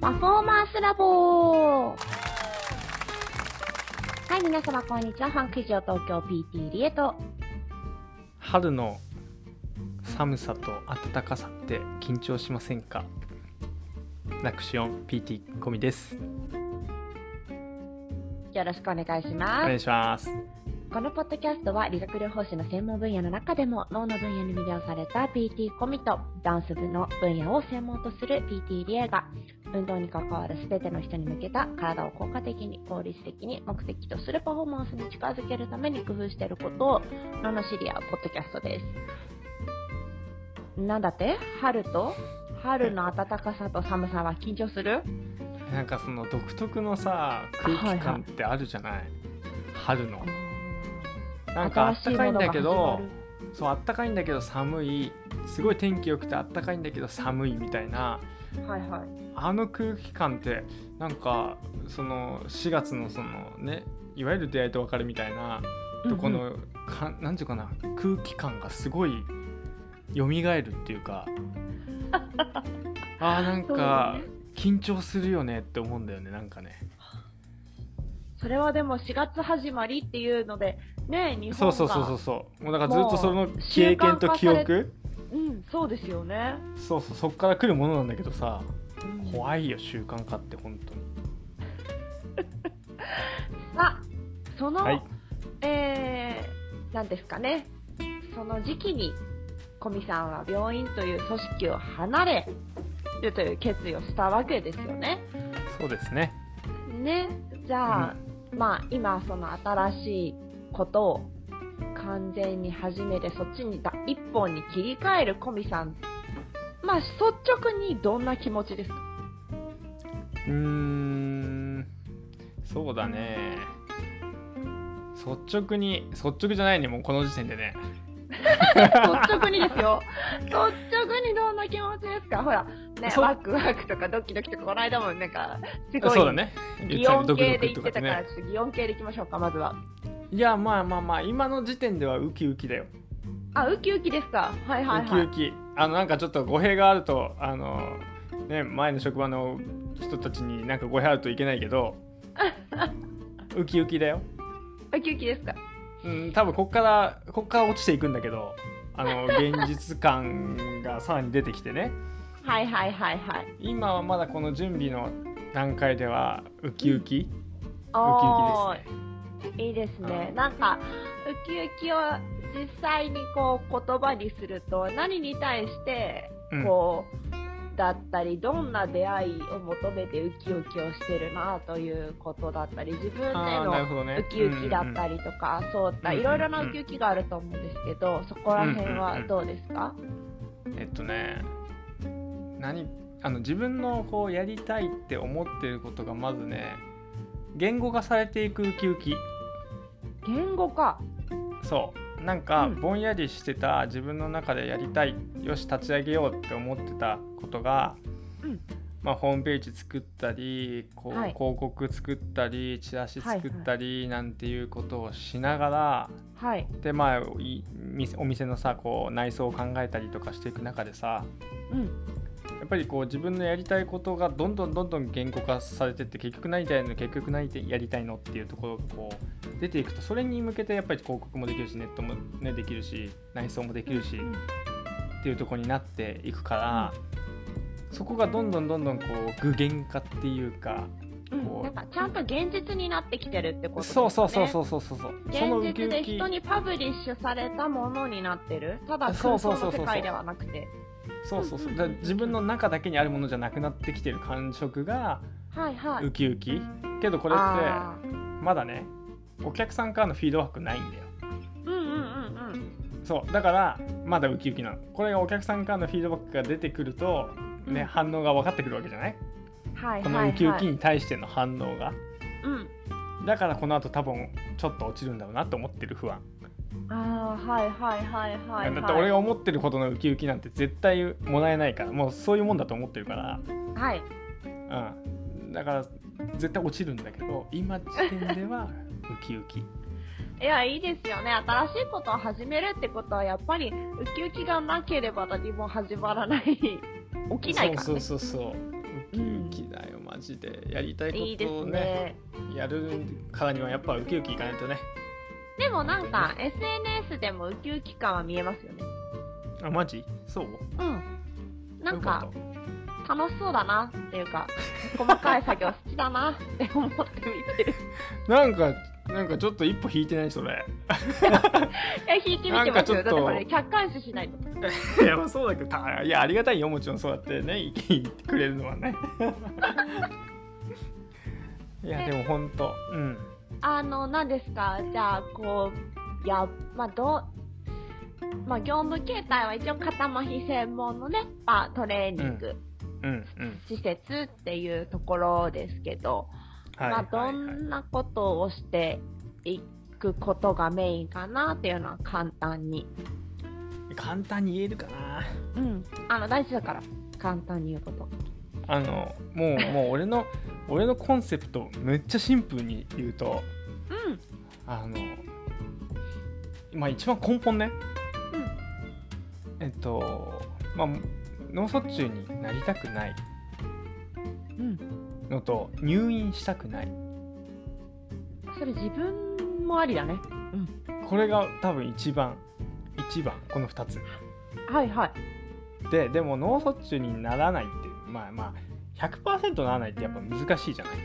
パフォーマンスラボ。はい、皆様こんにちは。ファンク以上東京 PT リエと。 春の寒さと暖かさって緊張しませんか？ナクシオン PT コミです。 よろしくお願いします。 お願いします。 このポッドキャストは理学療法士の専門分野の中でも脳の分野に魅了された PT コミとダンス部の分野を専門とする PT リエが運動に関わる全ての人に向けた体を効果的に効率的に目的とするパフォーマンスに近づけるために工夫していることを罵り合うポッドキャストです。なんだって？春の暖かさと寒さは緊張する？ なんかその独特のさ空気感ってあるじゃない、はいはい、春のなんかあったかいんだけど、そうあったかいんだけど寒い、すごい天気良くてあったかいんだけど寒いみたいな、 はいはい、あの空気感ってなんかその4月のそのね、いわゆる出会いと別れみたいなとこの、なんていうかな、空気感がすごい蘇るっていうかなんか緊張するよねって思うんだよね、なんかね。 それはでも4月始まりっていうのでね、日本がそうもうだからずっとその経験と記憶、 そうですよね。 そっから来るものなんだけどさ、怖いよ習慣化って本当にさあその、 はい、 なんですかね、その時期にコミさんは病院という組織を離れるという決意をしたわけですよね。 そうですね。 じゃあ、今その新しいことを完全に始めてそっちに一本に切り替えるコミさん、率直にどんな気持ちですか？ そうだね、率直じゃないね、もうこの時点でね率直にですよ。率直にどんな気持ちですか？ほらね、ワクワクとかドキドキとか、この間もなんかすごいそうだね、 擬音系で言ってたから、ちょっと擬音系でいきましょうか。まずは。 いや今の時点ではウキウキだよ。 ウキウキですか？はいはいはい。 ウキウキ、なんかちょっと語弊があると前の職場の人たちになんか語弊あるといけないけどウキウキだよ。 ウキウキですか？ 多分こっから落ちていくんだけど、現実感がさらに出てきてねはいはいはい。 今はまだこの準備の段階ではウキウキ、ウキウキですね。 いいですね。なんかウキウキを実際にこう言葉にすると何に対してこう、だったりどんな出会いを求めてウキウキをしてるなということだったり、自分でのウキウキだったりとか、そういったいろいろなウキウキがあると思うんですけど、そこら辺はどうですか？ 自分のこうやりたいって思ってることがまずね、言語化されていくウキウキ。 言語化。 そうなんかぼんやりしてた自分の中でやりたい、よし立ち上げようって思ってたことが、ホームページ作ったり広告作ったりチラシ作ったりなんていうことをしながら、でお店のさこう内装を考えたりとかしていく中でさ、やっぱりこう自分のやりたいことがどんどん言語化されてって、結局何やりたいのっていうところがこう出ていくと、それに向けてやっぱり広告もできるしネットも、ね、できるし内装もできるし、っていうところになっていくから、そこがどんどんこう具現化っていうか、 なんかちゃんと現実になってきてるってことですね。 そう現実で人にパブリッシュされたものになってる。ただ空想の世界ではなくて、 だ自分の中だけにあるものじゃなくなってきてる感触がウキウキ。けどこれってまだね、お客さんからのフィードバックないんだよ。そうだからまだウキウキなの。これがお客さんからのフィードバックが出てくるとね、反応が分かってくるわけじゃない？このウキウキに対しての反応が、だからこの後多分ちょっと落ちるんだろうなと思ってる不安。だって俺が思ってるほどのウキウキなんて絶対もらえないから、もうそういうもんだと思ってるから、だから絶対落ちるんだけど、今時点ではウキウキ。 いや、いいですよね。新しいことを始めるってことはやっぱりウキウキがなければ何も始まらない起きないからね。 ウキウキだよ、マジで。やりたいことをね、やるからにはやっぱウキウキいかないとね。 でもなんか SNS でもウキウキ感は見えますよね。 あ、マジ？そう？ うん。なんか楽しそうだなっていうか、細かい作業好きだなって思って見てる。 なんかちょっと一歩引いてないそれ。 いや引いてみてますよ。だってこれ客観視しないと。 いやまあそうだけど、いやありがたいよ、もちろんそうやってね言ってくれるのはね。いやでも本当、うん。 何ですか、じゃあこう業務形態は一応肩麻痺専門のね、トレーニング、施設っていうところですけど、どんなことをしていくことがメインかなっていうのは簡単に言えるかな。大事だから簡単に言うこと。 もう俺のコンセプトめっちゃシンプルに言うと、一番根本ね、脳卒中になりたくないのと、入院したくない。 それ自分もありだね。 これが多分一番この2つ。 はいはい。 でも脳卒中にならないって、100% ならないってやっぱ難しいじゃない。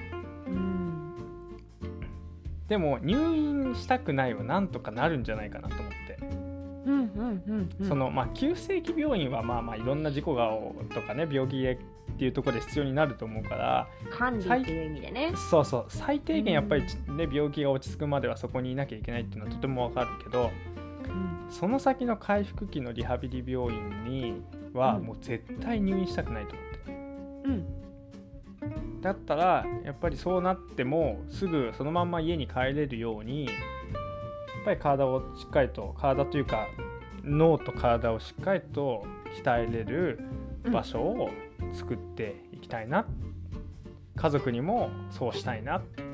でも入院したくないはなんとかなるんじゃないかなと思って。その急性期病院はいろんな事故がとかね、病気っていうところで必要になると思うから、 管理っていう意味でね。 そう最低限やっぱりね、病気が落ち着くまではそこにいなきゃいけないっていうのはとてもわかるけど、その先の回復期のリハビリ病院にはもう絶対入院したくないと思って。だったらやっぱりそうなってもすぐそのまんま家に帰れるように、やっぱり体というか脳と体をしっかりと鍛えれる場所を作っていきたいな、家族にもそうしたいな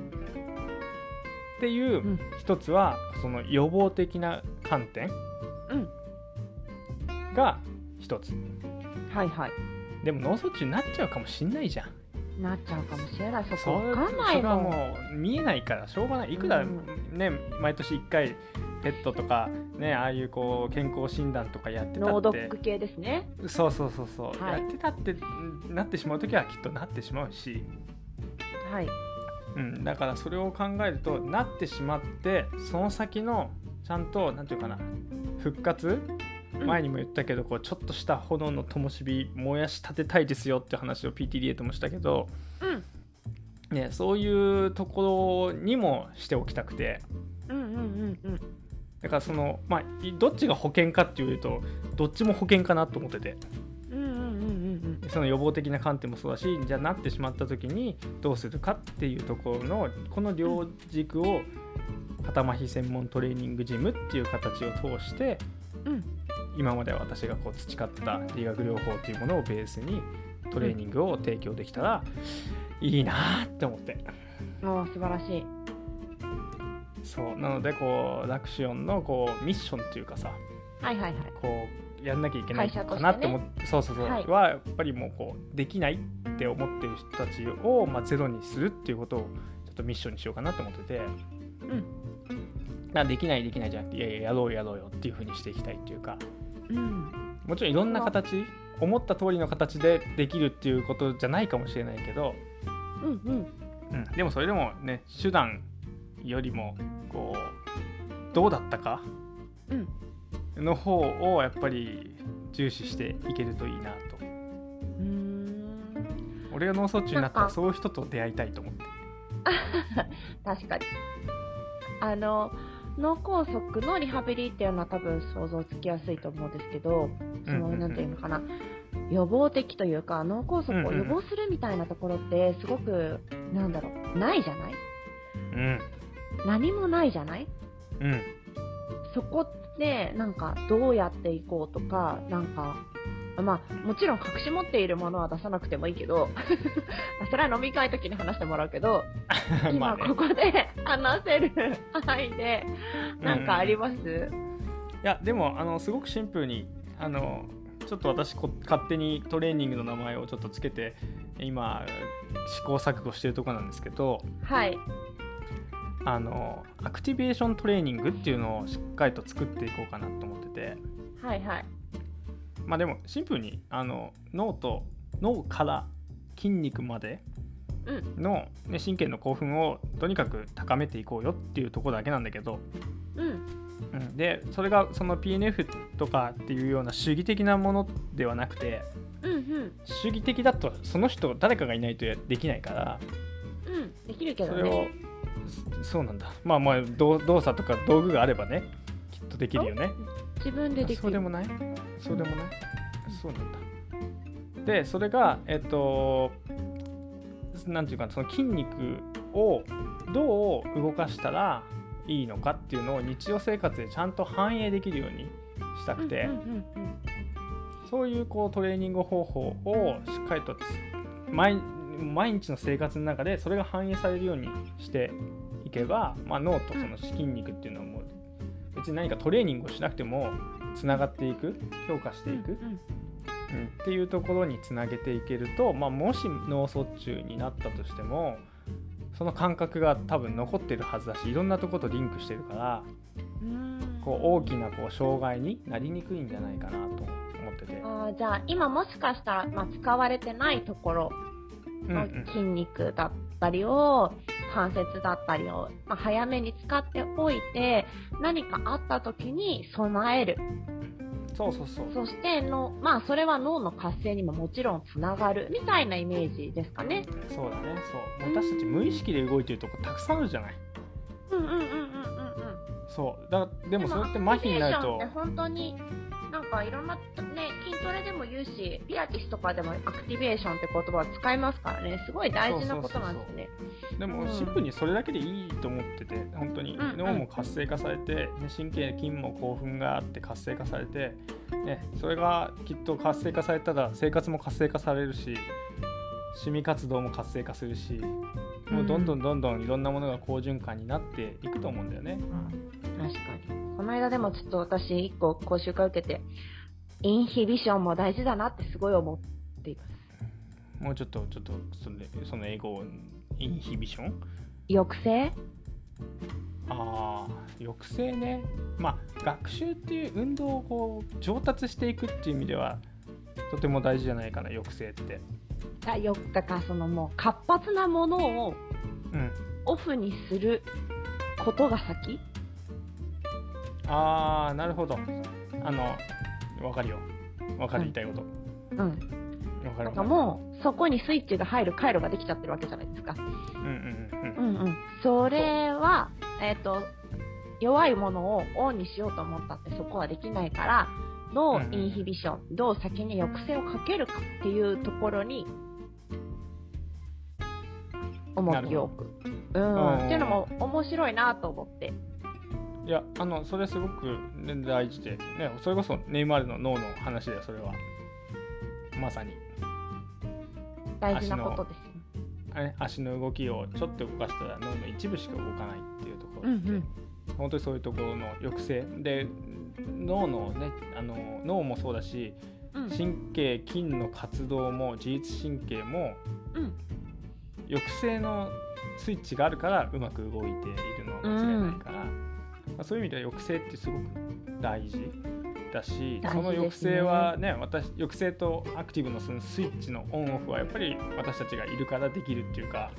っていう、一つはその予防的な観点が一つ。でも脳卒中になっちゃうかもしんないじゃん。 なっちゃうかもしれない。そこ分かんないもん。 それはもう見えないからしょうがない。いくらね、毎年1回ペットとかね、ああいうこう健康診断とかやってたって、 脳ドック系ですね。 そう、やってたってなってしまうときはきっとなってしまうし、だからそれを考えると、なってしまってその先のちゃんとなんていうかな、復活、前にも言ったけど、こうちょっとした炎の灯火燃やし立てたいですよって話を PTDA ともしたけど、そういうところにもしておきたくて、だからそのどっちが保険かっていうと、どっちも保険かなと思ってて、その予防的な観点もそうだし、じゃあなってしまった時にどうするかっていうところのこの両軸を肩麻痺専門トレーニングジムっていう形を通して、今まで私がこう培った理学療法っていうものをベースにトレーニングを提供できたらいいなって思って。 素晴らしい。 そうなので、こうラクシオンのこうミッションっていうかさ、こうやんなきゃいけないかなって思って、はやっぱりもうこうできないって思ってる人たちをゼロにするっていうことをちょっとミッションにしようかなと思ってて、できないじゃなくて、いややろうよっていう風にしていきたいっていうか、もちろんいろんな形、思った通りの形でできるっていうことじゃないかもしれないけど、でもそれでもね、手段よりもこうどうだったかの方をやっぱり重視していけるといいなと。俺が脳卒中になったらそういう人と出会いたいと思って。 確かに脳梗塞のリハビリっていうのは多分想像つきやすいと思うんですけど、なんていうのかな、予防的というか脳梗塞を予防するみたいなところってすごくないじゃない？何もないじゃない？そこでなんかどうやっていこうとか、もちろん隠し持っているものは出さなくてもいいけどそれは飲み会の時に話してもらうけど今ここで話せる範囲でなんかあります？ いやでもすごくシンプルにちょっと私勝手にトレーニングの名前をちょっとつけて今試行錯誤してるところなんですけど、 はい、 アクティベーショントレーニングっていうのをしっかりと作っていこうかなと思ってて、 はいはい。 まあでもシンプルに脳から筋肉までの、ね、神経の興奮をとにかく高めていこうよっていうところだけなんだけど、でそれがその PNF とかっていうような主義的なものではなくて、主義的だとその人誰かがいないとできないから、 できるけどね、 それをそうなんだ、まあ動作とか道具があればねきっとできるよね。 自分でできる。 そうでもない、そうなんだ。でそれがなんていうか、その筋肉をどう動かしたらいいのかっていうのを日常生活でちゃんと反映できるようにしたくて、そういうトレーニング方法をしっかりと毎日の生活の中でそれが反映されるようにしていけば、脳とその筋肉っていうのはもう別に何かトレーニングをしなくてもつながっていく、強化していく、っていうところにつなげていけると、もし脳卒中になったとしてもその感覚が多分残ってるはずだし、いろんなところとリンクしてるから、大きな障害になりにくいんじゃないかなと思ってて。 じゃあ今もしかしたら、使われてないところの筋肉だったりを、関節だったりを、早めに使っておいて、何かあった時に備える。 そしてそれは脳の活性にももちろんつながるみたいなイメージですかね。 そうだね。私たち無意識で動いてるとこたくさんあるじゃない。でもそれって麻痺になると、 本当になんかいろんなね、筋トレでも言うし、ピラティスとかでもアクティベーションって言葉を使いますからね、すごい大事なことなんですね。 でもシンプルにそれだけでいいと思ってて、本当に脳も活性化されて、神経筋も興奮があって活性化されて、それがきっと活性化されたら生活も活性化されるし、趣味活動も活性化するし、もうどんどんいろんなものが好循環になっていくと思うんだよね。 確かに。この間でもちょっと私1個講習会受けて、インヒビションも大事だなってすごい思っています。 もうちょっとその英語を、インヒビション？ 抑制？ 抑制ね。学習っていう運動を上達していくっていう意味ではとても大事じゃないかな、抑制って。 だからもう活発なものをオフにすることが先？ なるほど。わかるよ。わかる、言いたいこと。 なんかもうそこにスイッチが入る回路ができちゃってるわけじゃないですか。それは弱いものをオンにしようと思ったってそこはできないから、ノーインヒビション、どう先に抑制をかけるかっていうところに重きを置く。っていうのも面白いなと思って。 いや、それすごく、大事で、ね、それこそネイマールの脳の話だよ、それは。まさに。 大事なことですね。足の動きをちょっと動かしたら脳の一部しか動かないっていうところで、本当にそういうところの抑制で、脳のね、脳もそうだし、神経筋の活動も自律神経も、抑制のスイッチがあるからうまく動いているのは間違いないから、そういう意味では抑制ってすごく大事だし、その抑制はね、抑制とアクティブのそのスイッチのオンオフはやっぱり私たちがいるからできるっていうか、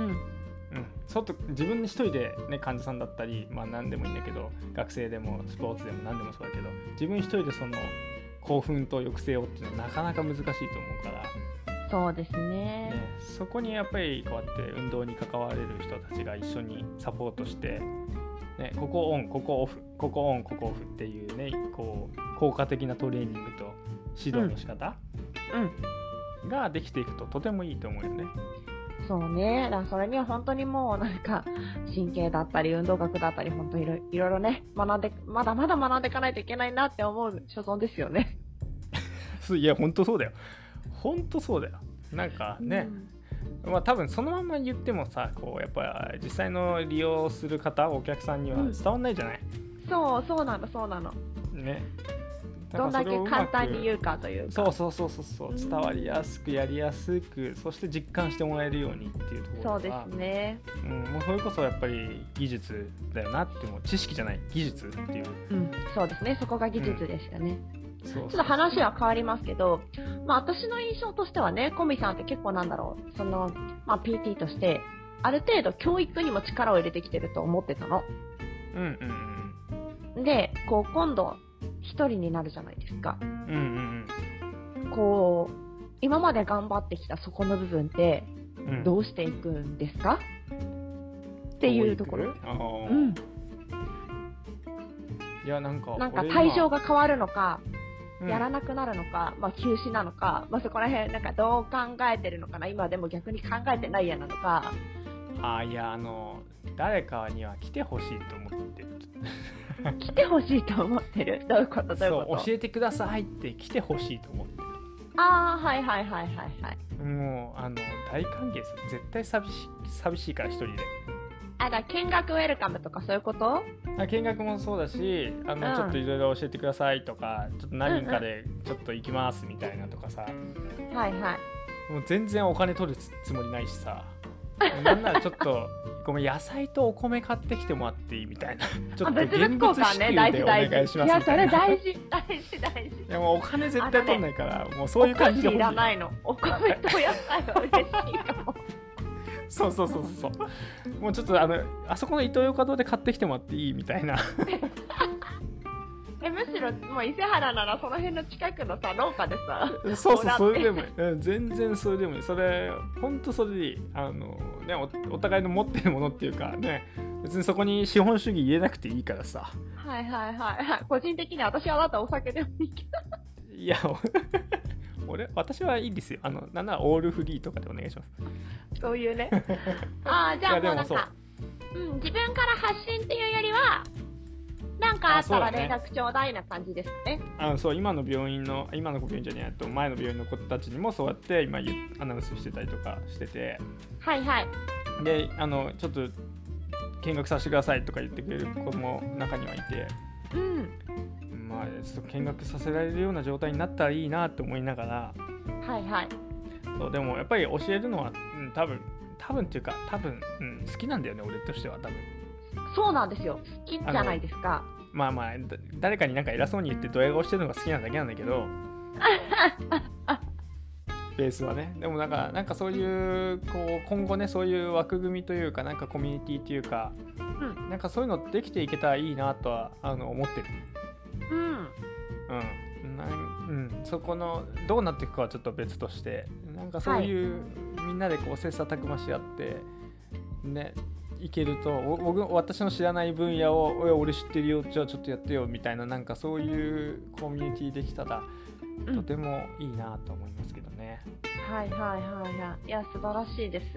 自分一人で、ね、患者さんだったり、何でもいいんだけど、学生でもスポーツでも何でもそうだけど、自分一人でその興奮と抑制をっていうのはなかなか難しいと思うから。 そうですね。 そこにやっぱりこうやって運動に関われる人たちが一緒にサポートして、ここオンここオフ、ここオンここオフっていうね、効果的なトレーニングと指導の仕方ができていくととてもいいと思うよね。 そうね。だからそれには本当にもうなんか神経だったり運動学だったり本当いろいろね、まだまだ学んでいかないといけないなって思う所存ですよね。 いや本当そうだよ。本当そうだよ。なんかね、多分そのまま言ってもさ、やっぱ実際の利用する方、お客さんには伝わんないじゃない。 そうなの。 ね。 どんだけ簡単に言うかというか、 そう伝わりやすくやりやすく、そして実感してもらえるようにっていうところが、 そうですね、 もうそれこそやっぱり技術だよなって、もう知識じゃない技術っていう、 そうですね、そこが技術でしたね。ちょっと話は変わりますけど、私の印象としてはね、コミさんって結構なんだろう、その、PT としてある程度教育にも力を入れてきてると思ってたの。で、こう今度一人になるじゃないですか。こう今まで頑張ってきたそこの部分ってどうしていくんですか、っていうところ。 いやなんか対象が変わるのか、やらなくなるのか、休止なのか、そこら辺なんかどう考えてるのかな、今でも逆に考えてないやなのか。 いや誰かには来てほしいと思ってる。 来てほしいと思ってる。どういうこと？ そう教えてくださいって来てほしいと思ってる。 はい。 もう大歓迎です。絶対寂しいから一人で。 見学ウェルカムとかそういうこと？ 見学もそうだし、ちょっといろいろ教えてくださいとか、ちょっと何人かでちょっと行きますみたいなとかさ。もう全然お金取るつもりないしさ。なんならちょっとごめん、野菜とお米買ってきてもらっていいみたいな。ちょっと現物支給でお願いしますみたいな。いやそれ大事。いやもうお金絶対取んないから、もうそういう感じで。 お菓子いらないの。お米と野菜は嬉しいかも。 そうもうちょっとあそこのイトーヨーカドーで買ってきてもらっていいみたいな。 むしろもう伊勢原ならその辺の近くのさ農家でさ、 それでもいい、全然それでもいい。それ本当それでいい。お互いの持ってるものっていうかね、別にそこに資本主義入れなくていいからさ。個人的に私はあなたお酒でもいいけど。いや私はいいですよ。なんならオールフリーとかでお願いします。 そういうね。じゃあもうなんか、自分から発信っていうよりは、なんかあったら連絡ちょうだいな感じですかね。 今の病院じゃないと前の病院の子たちにもそうやって今アナウンスしてたりとかしてて、でちょっと見学させてくださいとか言ってくれる子も中にはいて、ちょっと見学させられるような状態になったらいいなって思いながら、そうでもやっぱり教えるのは、多分っていうか好きなんだよね、俺としては。多分そうなんですよ、好きじゃないですか。 誰かになんか偉そうに言ってドヤ顔してるのが好きなだけなんだけどベースはね。でもなんかそういう今後ね、そういう枠組みというか、なんかコミュニティというか、なんかそういうのできていけたらいいなとは思ってる。そこのどうなっていくかはちょっと別として、なんかそういう、みんなで切磋琢磨し合ってね、いけると、私の知らない分野を俺知ってるよ、じゃあちょっとやってよみたいな、なんかそういうコミュニティできたらとてもいいなと思いますけどね。 いや素晴らしいです。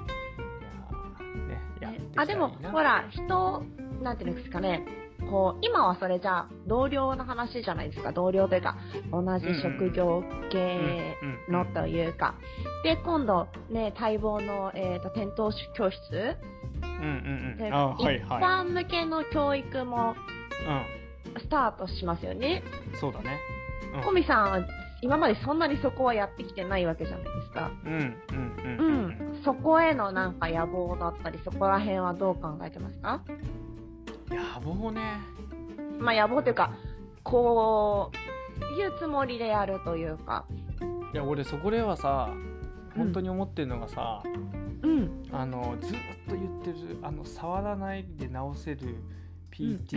でもほら、人なんていうんですかね、今はそれじゃあ同僚の話じゃないですか。同僚というか同じ職業系のというか、で今度ね、待望の、転倒教室、一般向けの教育もスタートしますよね。 そうだね。 コミさんは今までそんなにそこはやってきてないわけじゃないですか。そこへのなんか野望だったり、そこら辺はどう考えてますか？ 野望ね。 野望というか、こういうつもりでやるというか。 いや俺そこではさ、本当に思ってるのがさ、ずっと言ってる触らないで治せる PT、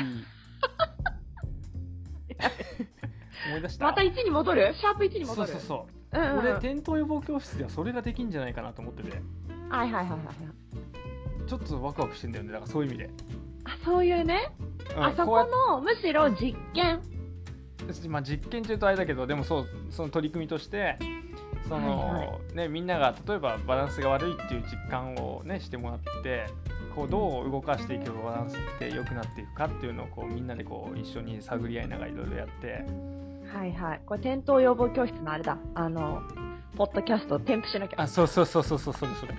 思い出した。 また1に戻る？シャープ1に戻る？ そう、俺転倒予防教室ではそれができんじゃないかなと思ってて、ちょっとワクワクしてんだよね。だからそういう意味で、そういうね、 そこのむしろ実験、 実験中とあれだけど、でもその取り組みとしてみんなが例えばバランスが悪いっていう実感をねしてもらって、どう動かしていけばバランスって良くなっていくかっていうのをみんなで一緒に探り合いながらいろいろやって、これ転倒予防教室のあれだ、ポッドキャスト添付しなきゃ。それ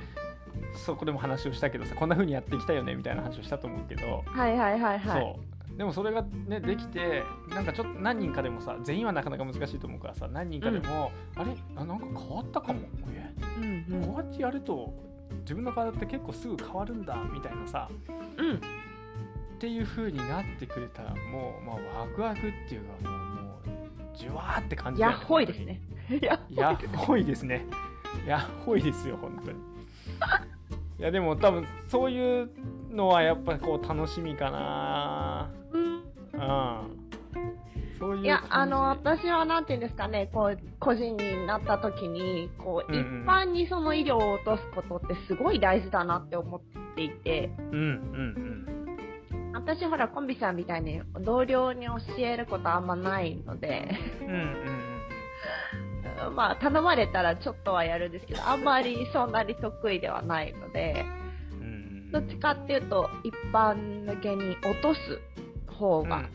そこでも話をしたけどさ、こんな風にやっていきたいよねみたいな話をしたと思うけど、そうでもそれがねできて、なんかちょっと何人かでもさ、全員はなかなか難しいと思うからさ、何人かでも、あれなんか変わったかも、こうやってやると自分の体って結構すぐ変わるんだみたいなさ、っていう風になってくれたらもう、ワクワクっていうかもうじゅわーって感じだよね。 やっほいですね。 やっほいですね。やっほいですよ本当に。いやでも多分そういうのはやっぱこう楽しみかな。そういう。 いや私はなんていうんですかね、こう個人になった時にこう、一般にその医療を落とすことってすごい大事だなって思っていて。私ほらコンビさんみたいに同僚に教えることあんまないのでまあ頼まれたらちょっとはやるんですけど、あんまりそんなに得意ではないので、どっちかっていうと一般向けに落とす方が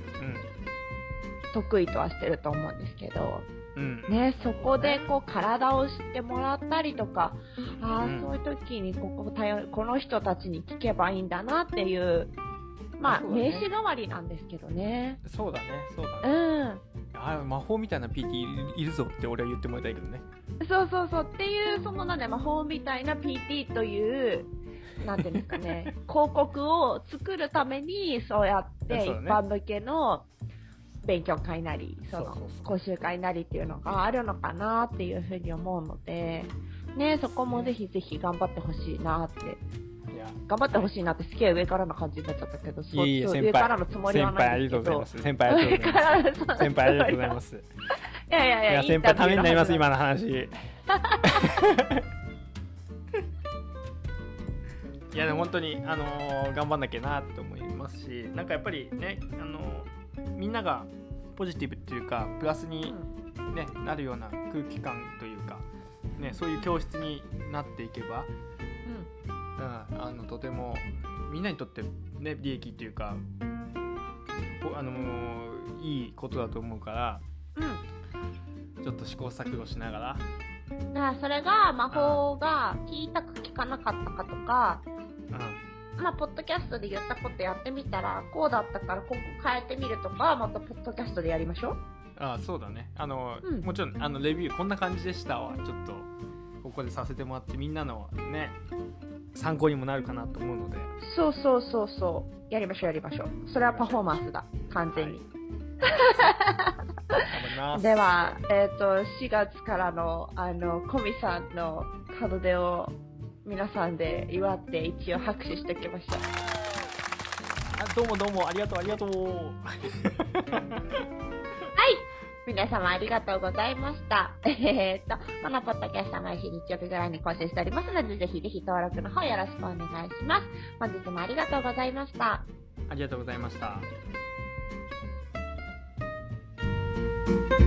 得意とはしてると思うんですけど、ね、そこでこう体を知ってもらったりとか、そういう時にこの人たちに聞けばいいんだなっていう、名刺代わりなんですけどね。 そうだね。魔法みたいな PT いるぞって俺は言ってもらいたいけどね。 そうっていう、その魔法みたいな PT というなんていうんですかね広告を作るためにそうやって一般向けの勉強会なりその講習会なりっていうのがあるのかなっていうふうに思うのでね、そこもぜひぜひ頑張ってほしいなって。頑張ってほしいなってすげえ上からの感じになっちゃったけど、上からのつもりはないんですけど。 先輩ありがとうございます。いや先輩ためになります今の話。いやでも本当に頑張んなきゃなと思いますし、なんかやっぱりねみんながポジティブっていうかプラスにねなるような空気感というかね、そういう教室になっていけば。とてもみんなにとってね利益っていうかいいことだと思うから、ちょっと試行錯誤しながら、それが魔法が効いたか効かなかったかとか、ポッドキャストで言ったことやってみたらこうだったからここ変えてみるとか、またポッドキャストでやりましょう。 そうだね。もちろんレビューこんな感じでしたわ、ちょっとここでさせてもらってみんなのね参考にもなるかなと思うので。 そうやりましょう。それはパフォーマンスだ完全に。では4月からのコミさんの門出を皆さんで祝って一応拍手しておきましょう。どうもありがとう。 皆様ありがとうございました。このポッドキャストは毎週日曜日ぐらいに更新しておりますので、ぜひぜひ登録の方よろしくお願いします。本日もありがとうございました。 ありがとうございました。